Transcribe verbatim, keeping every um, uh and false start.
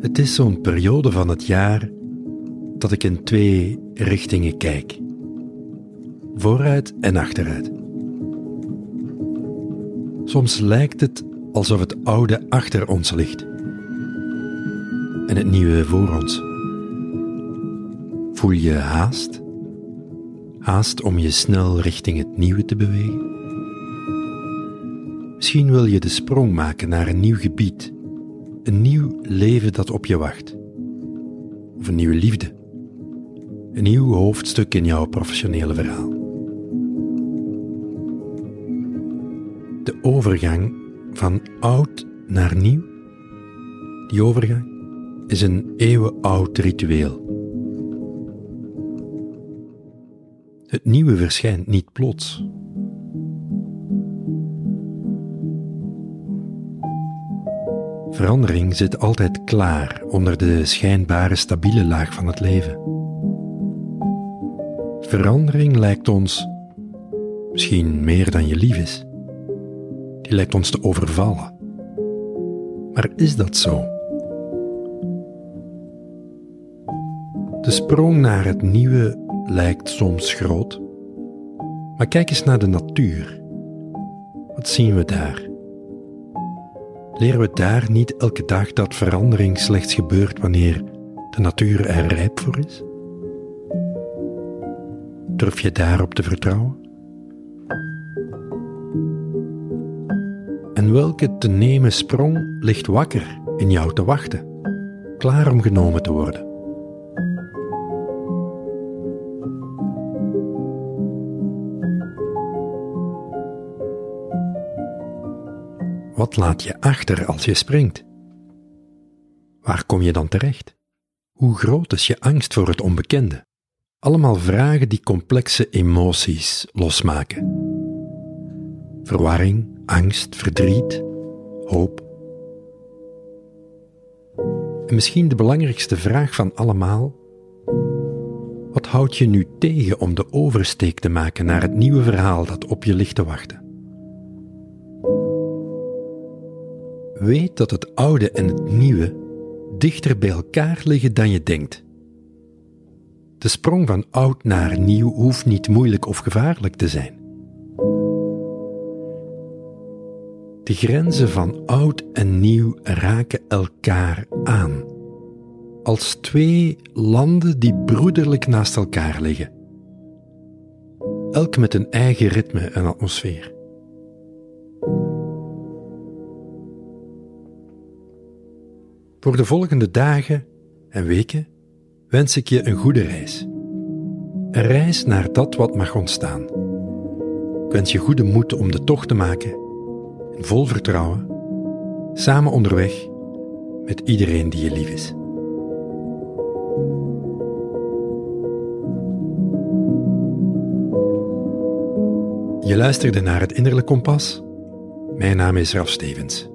Het is zo'n periode van het jaar dat ik in twee richtingen kijk. Vooruit en achteruit. Soms lijkt het alsof het oude achter ons ligt en het nieuwe voor ons. Voel je haast? Haast om je snel richting het nieuwe te bewegen? Misschien wil je de sprong maken naar een nieuw gebied, een nieuw leven dat op je wacht. Of een nieuwe liefde. Een nieuw hoofdstuk in jouw professionele verhaal. De overgang van oud naar nieuw, die overgang is een eeuwenoud ritueel. Het nieuwe verschijnt niet plots. Verandering zit altijd klaar onder de schijnbare stabiele laag van het leven. Verandering lijkt ons, misschien meer dan je lief is, die lijkt ons te overvallen. Maar is dat zo? De sprong naar het nieuwe lijkt soms groot, maar kijk eens naar de natuur. Wat zien we daar? Leren we daar niet elke dag dat verandering slechts gebeurt wanneer de natuur er rijp voor is? Durf je daarop te vertrouwen? En welke te nemen sprong ligt wakker in jou te wachten, klaar om genomen te worden? Wat laat je achter als je springt? Waar kom je dan terecht? Hoe groot is je angst voor het onbekende? Allemaal vragen die complexe emoties losmaken. Verwarring, angst, verdriet, hoop. En misschien de belangrijkste vraag van allemaal: wat houdt je nu tegen om de oversteek te maken naar het nieuwe verhaal dat op je ligt te wachten? Weet dat het oude en het nieuwe dichter bij elkaar liggen dan je denkt. De sprong van oud naar nieuw hoeft niet moeilijk of gevaarlijk te zijn. De grenzen van oud en nieuw raken elkaar aan, als twee landen die broederlijk naast elkaar liggen, elk met een eigen ritme en atmosfeer. Voor de volgende dagen en weken wens ik je een goede reis. Een reis naar dat wat mag ontstaan. Ik wens je goede moed om de tocht te maken, en vol vertrouwen, samen onderweg met iedereen die je lief is. Je luisterde naar het Innerlijk Kompas. Mijn naam is Raf Stevens.